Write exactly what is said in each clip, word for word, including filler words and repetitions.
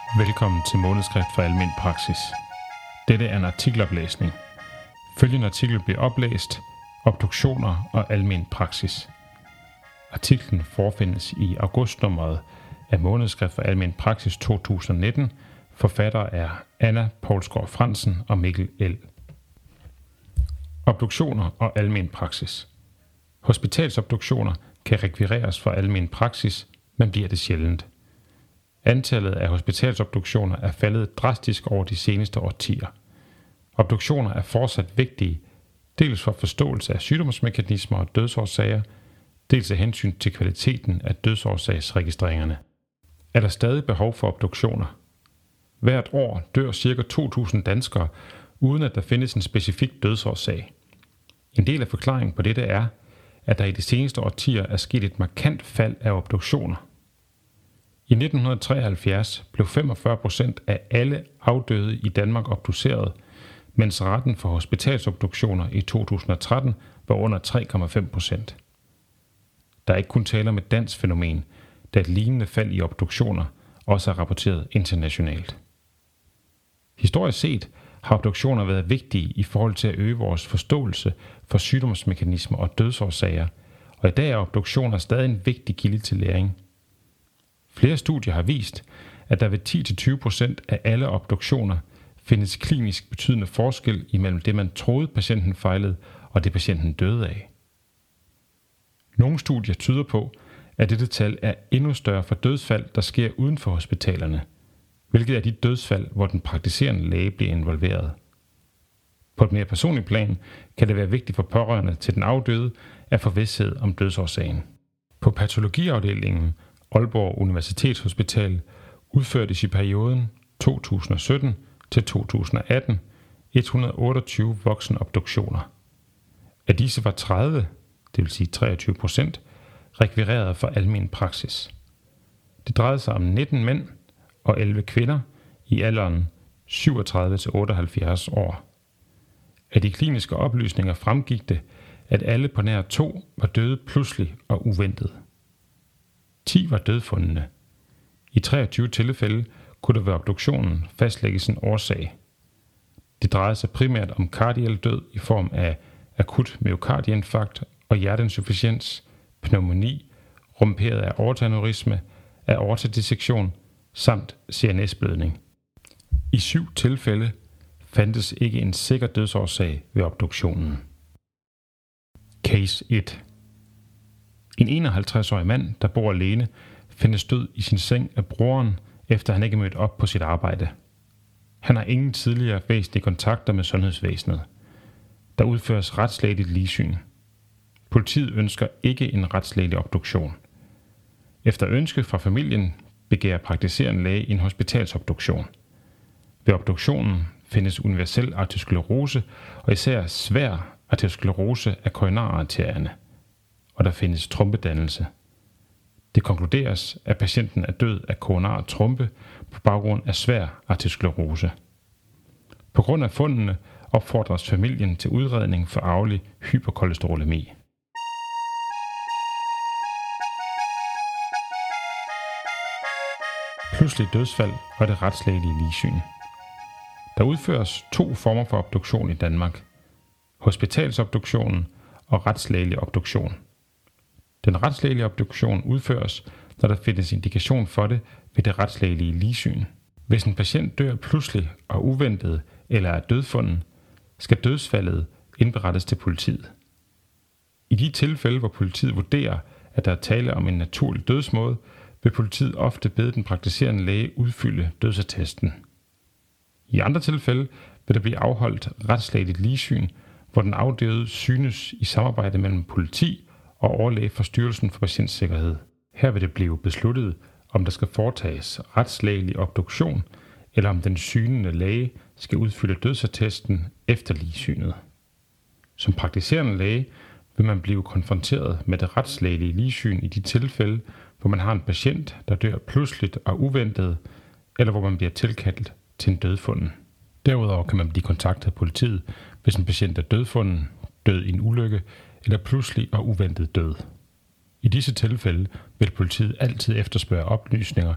Velkommen til Månedskrift for Almen Praksis. Dette er en artikeloplæsning. Følgende artikel bliver oplæst: Obduktioner og almen praksis. Artiklen forfindes i augustnummeret af Månedskrift for Almen Praksis to tusind nitten. Forfattere er Anna Poulsgaard Frandsen og Mikkel L. Obduktioner og almen praksis. Hospitalsobduktioner kan rekvireres for almen praksis, men bliver det sjældent. Antallet af hospitalsobduktioner er faldet drastisk over de seneste årtier. Obduktioner er fortsat vigtige, dels for forståelse af sygdomsmekanismer og dødsårsager, dels af hensyn til kvaliteten af dødsårsagsregistreringerne. Er der stadig behov for obduktioner? Hvert år dør ca. to tusind danskere, uden at der findes en specifik dødsårsag. En del af forklaringen på dette er, at der i de seneste årtier er sket et markant fald af obduktioner. I nitten treoghalvfjerds blev femogfyrre procent af alle afdøde i Danmark obduceret, mens raten for hospitalsobduktioner i to tusind og tretten var under tre komma fem procent. Der er ikke kun tale om et dansk fænomen, da et lignende fald i obduktioner også er rapporteret internationalt. Historisk set har obduktioner været vigtige i forhold til at øge vores forståelse for sygdomsmekanismer og dødsårsager, og i dag er obduktioner stadig en vigtig kilde til læring. Flere studier har vist, at der ved ti til tyve procent af alle obduktioner findes klinisk betydende forskel imellem det, man troede patienten fejlede, og det patienten døde af. Nogle studier tyder på, at dette tal er endnu større for dødsfald, der sker uden for hospitalerne, hvilket er de dødsfald, hvor den praktiserende læge bliver involveret. På et mere personligt plan kan det være vigtigt for pårørende til den afdøde at få vished om dødsårsagen. På patologiafdelingen Aalborg Universitetshospital udførtes i perioden to tusind og sytten til to tusind og atten et hundrede og otteogtyve voksenobduktioner. Af disse var tredive, det vil sige treogtyve procent, rekvireret for almen praksis. Det drejede sig om nitten mænd og elleve kvinder i alderen syvogtredive til otteoghalvfjerds år. Af de kliniske oplysninger fremgik det, at alle på nær to var døde pludselig og uventet. ti var dødfundne. I treogtyve tilfælde kunne der ved obduktionen fastlægges en årsag. Det drejede sig primært om kardiel død i form af akut myokardieinfarkt og hjerteinsufficiens, pneumoni, rumperet af aortaaneurisme, aortadissektion samt C N S-blødning. I syv tilfælde fandtes ikke en sikker dødsårsag ved obduktionen. Case et. En enoghalvtreds-årig mand, der bor alene, findes død i sin seng af broren, efter han ikke mødte op på sit arbejde. Han har ingen tidligere væsentlige kontakter med sundhedsvæsenet. Der udføres retslægeligt ligsyn. Politiet ønsker ikke en retslægelig obduktion. Efter ønske fra familien begærer praktiserende læge en hospitalsobduktion. Ved obduktionen findes universel arteriosklerose og især svær arteriosklerose af koronararterierne, og der findes trompedannelse. Det konkluderes, at patienten er død af koronar trompe på baggrund af svær arteriosklerose. På grund af fundene opfordres familien til udredning for arvelig hyperkolesterolemi. Pludselig dødsfald og det retslægelige ligsyn. Der udføres to former for obduktion i Danmark: hospitalsobduktionen og retslægelig obduktion. Den retslægelige obduktion udføres, når der findes indikation for det ved det retslægelige ligsyn. Hvis en patient dør pludselig og uventet eller er dødfunden, skal dødsfaldet indberettes til politiet. I de tilfælde, hvor politiet vurderer, at der er tale om en naturlig dødsmåde, vil politiet ofte bede den praktiserende læge udfylde dødsattesten. I andre tilfælde vil der blive afholdt retslægeligt ligsyn, hvor den afdøde synes i samarbejde mellem politi og overlæge for Styrelsen for Patientsikkerhed. Her vil det blive besluttet, om der skal foretages retslægelig obduktion, eller om den synende læge skal udfylde dødsattesten efter ligsynet. Som praktiserende læge vil man blive konfronteret med det retslægelige ligsyn i de tilfælde, hvor man har en patient, der dør pludseligt og uventet, eller hvor man bliver tilkaldt til en dødfunden. Derudover kan man blive kontaktet af politiet, hvis en patient er dødfunden, død i en ulykke eller pludselig og uventet død. I disse tilfælde vil politiet altid efterspørge oplysninger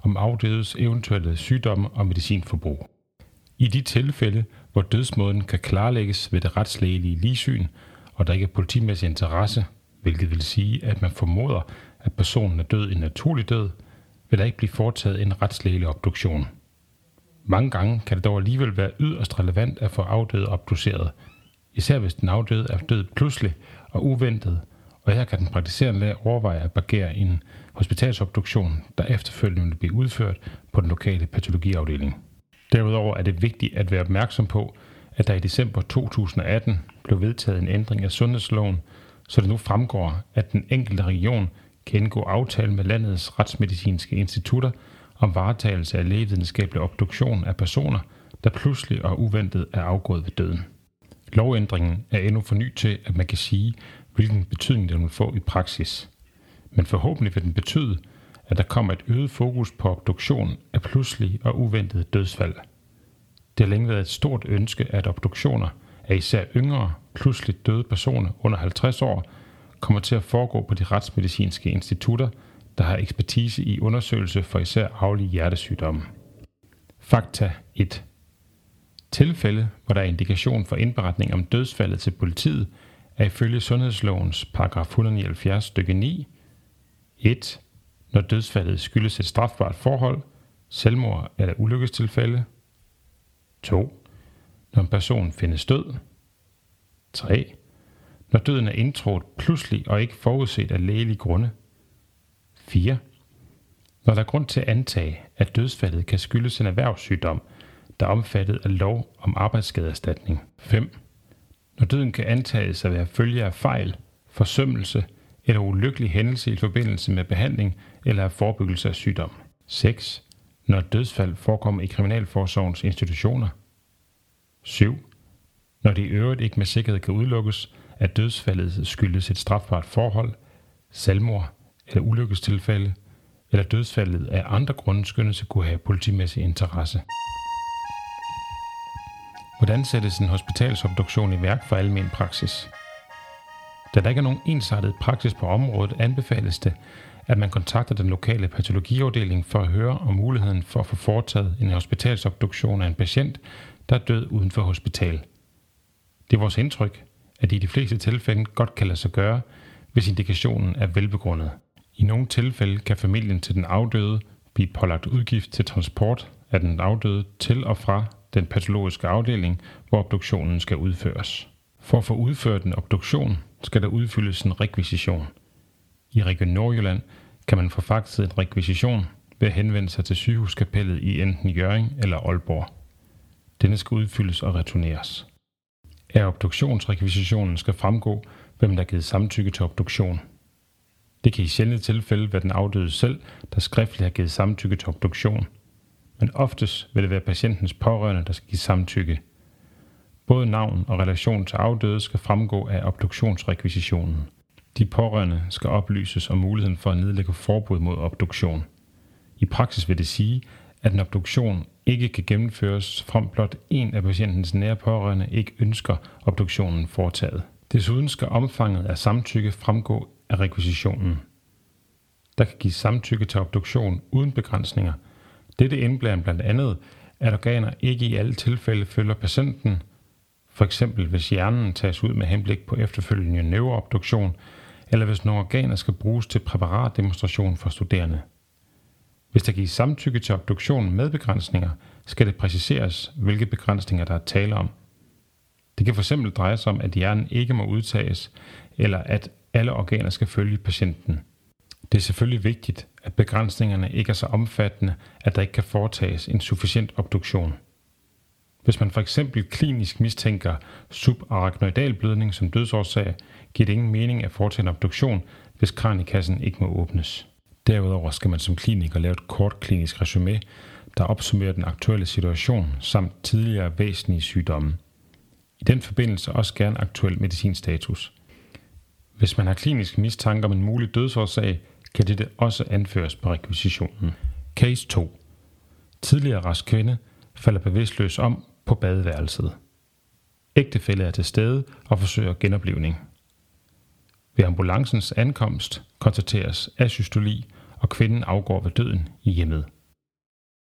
om afdødes eventuelle sygdomme og medicinforbrug. I de tilfælde, hvor dødsmåden kan klarlægges ved det retslægelige ligsyn, og der ikke er politimæssig interesse, hvilket vil sige, at man formoder, at personen er død en naturlig død, vil der ikke blive foretaget en retslægelig obduktion. Mange gange kan det dog alligevel være yderst relevant at få afdøde obduceret, især hvis den afdøde er død pludselig og uventet, og her kan den praktiserende læge overveje at begære en hospitalsobduktion, der efterfølgende vil blive udført på den lokale patologiafdeling. Derudover er det vigtigt at være opmærksom på, at der i december to tusind atten blev vedtaget en ændring af sundhedsloven, så det nu fremgår, at den enkelte region kan indgå aftale med landets retsmedicinske institutter om varetagelse af lægevidenskabelig obduktion af personer, der pludselig og uventet er afgået ved døden. Lovændringen er endnu for ny til, at man kan sige, hvilken betydning den vil få i praksis. Men forhåbentlig vil den betyde, at der kommer et øget fokus på obduktion af pludselige og uventede dødsfald. Det har længe været et stort ønske, at obduktioner af især yngre, pludseligt døde personer under halvtreds år kommer til at foregå på de retsmedicinske institutter, der har ekspertise i undersøgelse for især arvelige hjertesygdomme. Fakta et. Tilfælde, hvor der er indikation for indberetning om dødsfaldet til politiet, er ifølge sundhedslovens paragraf et hundrede nioghalvfjerds stykke ni et. Når dødsfaldet skyldes et strafbart forhold, selvmord eller ulykkestilfælde. to. Når en person findes død. tre. Når døden er indtrådt pludselig og ikke forudset af lægelige grunde. fire. Når der er grund til at antage, at dødsfaldet kan skyldes en erhvervssygdom, der er omfattet af lov om arbejdsskadeerstatning. fem. Når døden kan antages at være følge af fejl, forsømmelse eller ulykkelig hændelse i forbindelse med behandling eller forebyggelse af sygdom. seks. Når dødsfald forekommer i kriminalforsorgens institutioner. syv. Når det i øvrigt ikke med sikkerhed kan udelukkes, at dødsfaldet skyldes et strafbart forhold, selvmord eller ulykkestilfælde, eller dødsfaldet af andre grunde skyndes at kunne have politimæssig interesse. Hvordan sættes en hospitalsobduktion i værk for almen praksis? Da der ikke er nogen ensartet praksis på området, anbefales det, at man kontakter den lokale patologiafdeling for at høre om muligheden for at få foretaget en hospitalsobduktion af en patient, der er død uden for hospital. Det er vores indtryk, at det i de fleste tilfælde godt kan lade sig gøre, hvis indikationen er velbegrundet. I nogle tilfælde kan familien til den afdøde blive pålagt udgift til transport af den afdøde til og fra den patologiske afdeling, hvor obduktionen skal udføres. For at få udført en obduktion, skal der udfyldes en rekvisition. I Region Nordjylland kan man få fakset en rekvisition ved at henvende sig til sygehuskapellet i enten Hjørring eller Aalborg. Denne skal udfyldes og returneres. Af obduktionsrekvisitionen skal fremgå, hvem der har givet samtykke til obduktion. Det kan i sjældne tilfælde være den afdøde selv, der skriftligt har givet samtykke til obduktion. Men oftest vil det være patientens pårørende, der skal give samtykke. Både navn og relation til afdøde skal fremgå af obduktionsrekvisitionen. De pårørende skal oplyses om muligheden for at nedlægge forbud mod obduktion. I praksis vil det sige, at en obduktion ikke kan gennemføres, frem blot en af patientens nære pårørende ikke ønsker obduktionen foretaget. Desuden skal omfanget af samtykke fremgå af rekvisitionen. Der kan gives samtykke til obduktion uden begrænsninger. Dette indebærer blandt andet, at organer ikke i alle tilfælde følger patienten, for eksempel hvis hjernen tages ud med henblik på efterfølgende neuroobduktion, eller hvis nogle organer skal bruges til præparatdemonstration for studerende. Hvis der gives samtykke til obduktion med begrænsninger, skal det præciseres, hvilke begrænsninger der er tale om. Det kan fx dreje sig om, at hjernen ikke må udtages, eller at alle organer skal følge patienten. Det er selvfølgelig vigtigt, at begrænsningerne ikke er så omfattende, at der ikke kan foretages en sufficient obduktion. Hvis man for eksempel klinisk mistænker subarachnoidalblødning som dødsårsag, giver det ingen mening at foretage en obduktion, hvis kranikassen ikke må åbnes. Derudover skal man som kliniker lave et kort klinisk resumé, der opsummerer den aktuelle situation samt tidligere væsentlige sygdomme. I den forbindelse også gerne aktuel medicinstatus. Hvis man har klinisk mistanke om en mulig dødsårsag, kan dette også anføres på rekvisitionen. Case to. Tidligere rask kvinde falder bevidstløs om på badeværelset. Ægtefælle er til stede og forsøger genoplivning. Ved ambulancens ankomst konstateres asystoli, og kvinden afgår ved døden i hjemmet.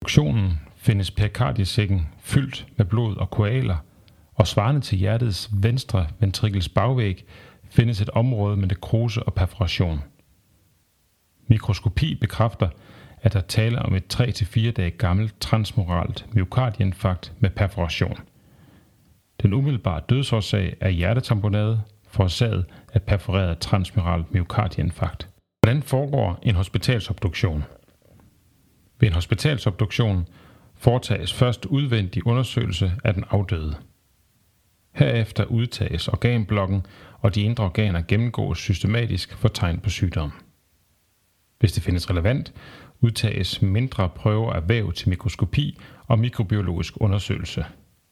Obduktionen findes perikardisækken fyldt med blod og koaler, og svarende til hjertets venstre ventrikels bagvæg findes et område med nekrose og perforation. Mikroskopi bekræfter, at der taler om et tre til fire dage gammelt transmuralt myokardieinfarkt med perforation. Den umiddelbare dødsårsag er hjertetamponade, forårsaget af perforeret transmuralt myokardieinfarkt. Hvordan foregår en hospitalsobduktion? Ved en hospitalsobduktion foretages først udvendig undersøgelse af den afdøde. Herefter udtages organblokken, og de indre organer gennemgås systematisk for tegn på sygdom. Hvis det findes relevant, udtages mindre prøver af væv til mikroskopi og mikrobiologisk undersøgelse.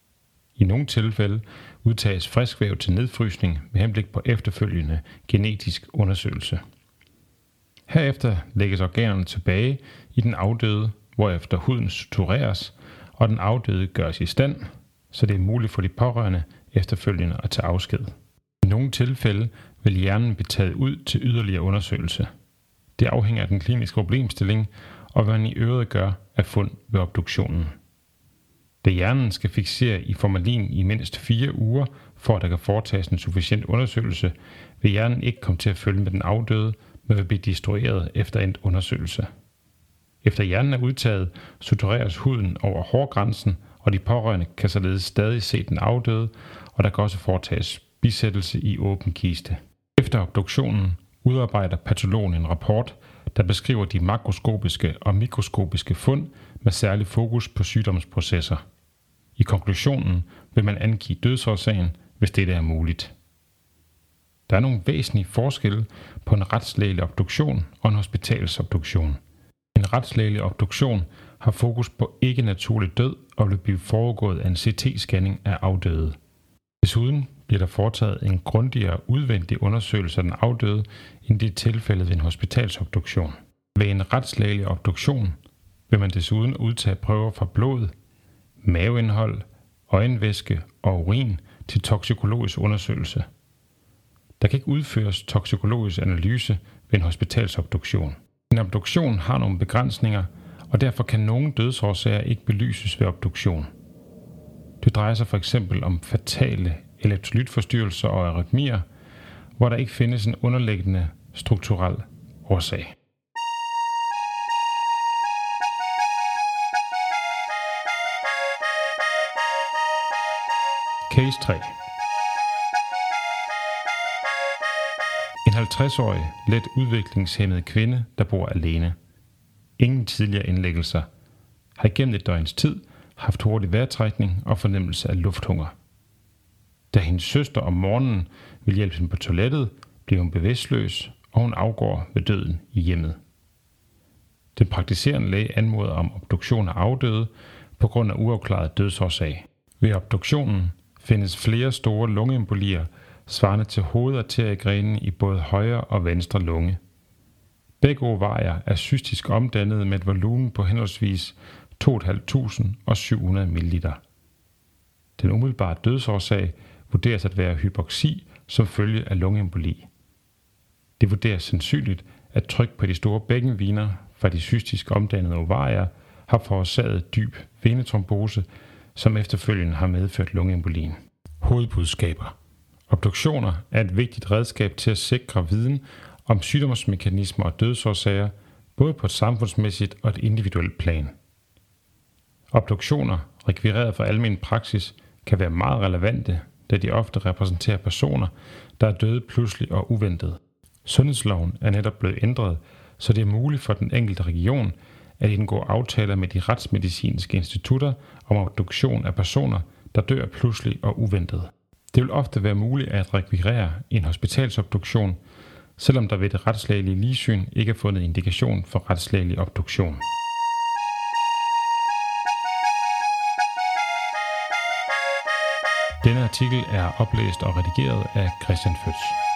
I nogle tilfælde udtages frisk væv til nedfrysning med henblik på efterfølgende genetisk undersøgelse. Herefter lægges organerne tilbage i den afdøde, hvorefter huden sutureres, og den afdøde gøres i stand, så det er muligt for de pårørende efterfølgende at tage afsked. I nogle tilfælde vil hjernen blive taget ud til yderligere undersøgelse. Det afhænger af den kliniske problemstilling, og hvad man i øvrigt gør af fund ved obduktionen. Da hjernen skal fiksere i formalin i mindst fire uger, for at der kan foretages en sufficient undersøgelse, vil hjernen ikke komme til at følge med den afdøde, men vil blive destrueret efter endt undersøgelse. Efter hjernen er udtaget, sutureres huden over hårgrænsen, og de pårørende kan således stadig se den afdøde, og der kan også foretages bisættelse i åben kiste. Efter obduktionen udarbejder patologen en rapport, der beskriver de makroskopiske og mikroskopiske fund med særlig fokus på sygdomsprocesser. I konklusionen vil man angive dødsårsagen, hvis dette er muligt. Der er nogle væsentlige forskelle på en retslægelig obduktion og en hospitalsobduktion. En retslægelig obduktion har fokus på ikke-naturlig død og vil blive foregået af en C T-scanning af afdøde. Desuden bliver der foretaget en grundigere udvendig undersøgelse af den afdøde, end det er tilfældet ved en hospitalsobduktion. Ved en retslægelig obduktion vil man desuden udtage prøver fra blod, maveindhold, øjenvæske og urin til toksikologisk undersøgelse. Der kan ikke udføres toksikologisk analyse ved en hospitalsobduktion. En obduktion har nogle begrænsninger, og derfor kan nogle dødsårsager ikke belyses ved obduktion. Det drejer sig for eksempel om fatale elektrolytforstyrrelser og arytmier, hvor der ikke findes en underliggende strukturel årsag. Case tre. En halvtreds-årig, let udviklingshæmmet kvinde, der bor alene. Ingen tidligere indlæggelser. Har igennem et døgns tid haft hurtig vejrtrækning og fornemmelse af lufthunger. Da hendes søster om morgenen vil hjælpe hende på toilettet, bliver hun bevidstløs, og hun afgår ved døden i hjemmet. Den praktiserende læge anmoder om obduktion af afdøde på grund af uafklaret dødsårsag. Ved obduktionen findes flere store lungeembolier, svarende til hovedarteriegrenen i både højre og venstre lunge. Begge ovarier er cystisk omdannet med et volumen på henholdsvis to tusind fem hundrede og syv hundrede milliliter. Den umiddelbare dødsårsag vurderes at være hypoxi som følge af lungeemboli. Det vurderes sandsynligt, at tryk på de store bækkenviner fra de cystisk omdannede ovarier har forårsaget dyb venetrombose, som efterfølgende har medført lungeembolien. Hovedbudskaber. Obduktioner er et vigtigt redskab til at sikre viden om sygdomsmekanismer og dødsårsager, både på et samfundsmæssigt og et individuelt plan. Obduktioner, rekvireret fra almen praksis, kan være meget relevante, da de ofte repræsenterer personer, der er døde pludselig og uventet. Sundhedsloven er netop blevet ændret, så det er muligt for den enkelte region at indgå aftaler med de retsmedicinske institutter om obduktion af personer, der dør pludselig og uventet. Det vil ofte være muligt at rekvirere en hospitalsobduktion, selvom der ved det retslægelige ligsyn ikke er fundet indikation for retslægelig obduktion. Denne artikel er oplæst og redigeret af Christian Føtz.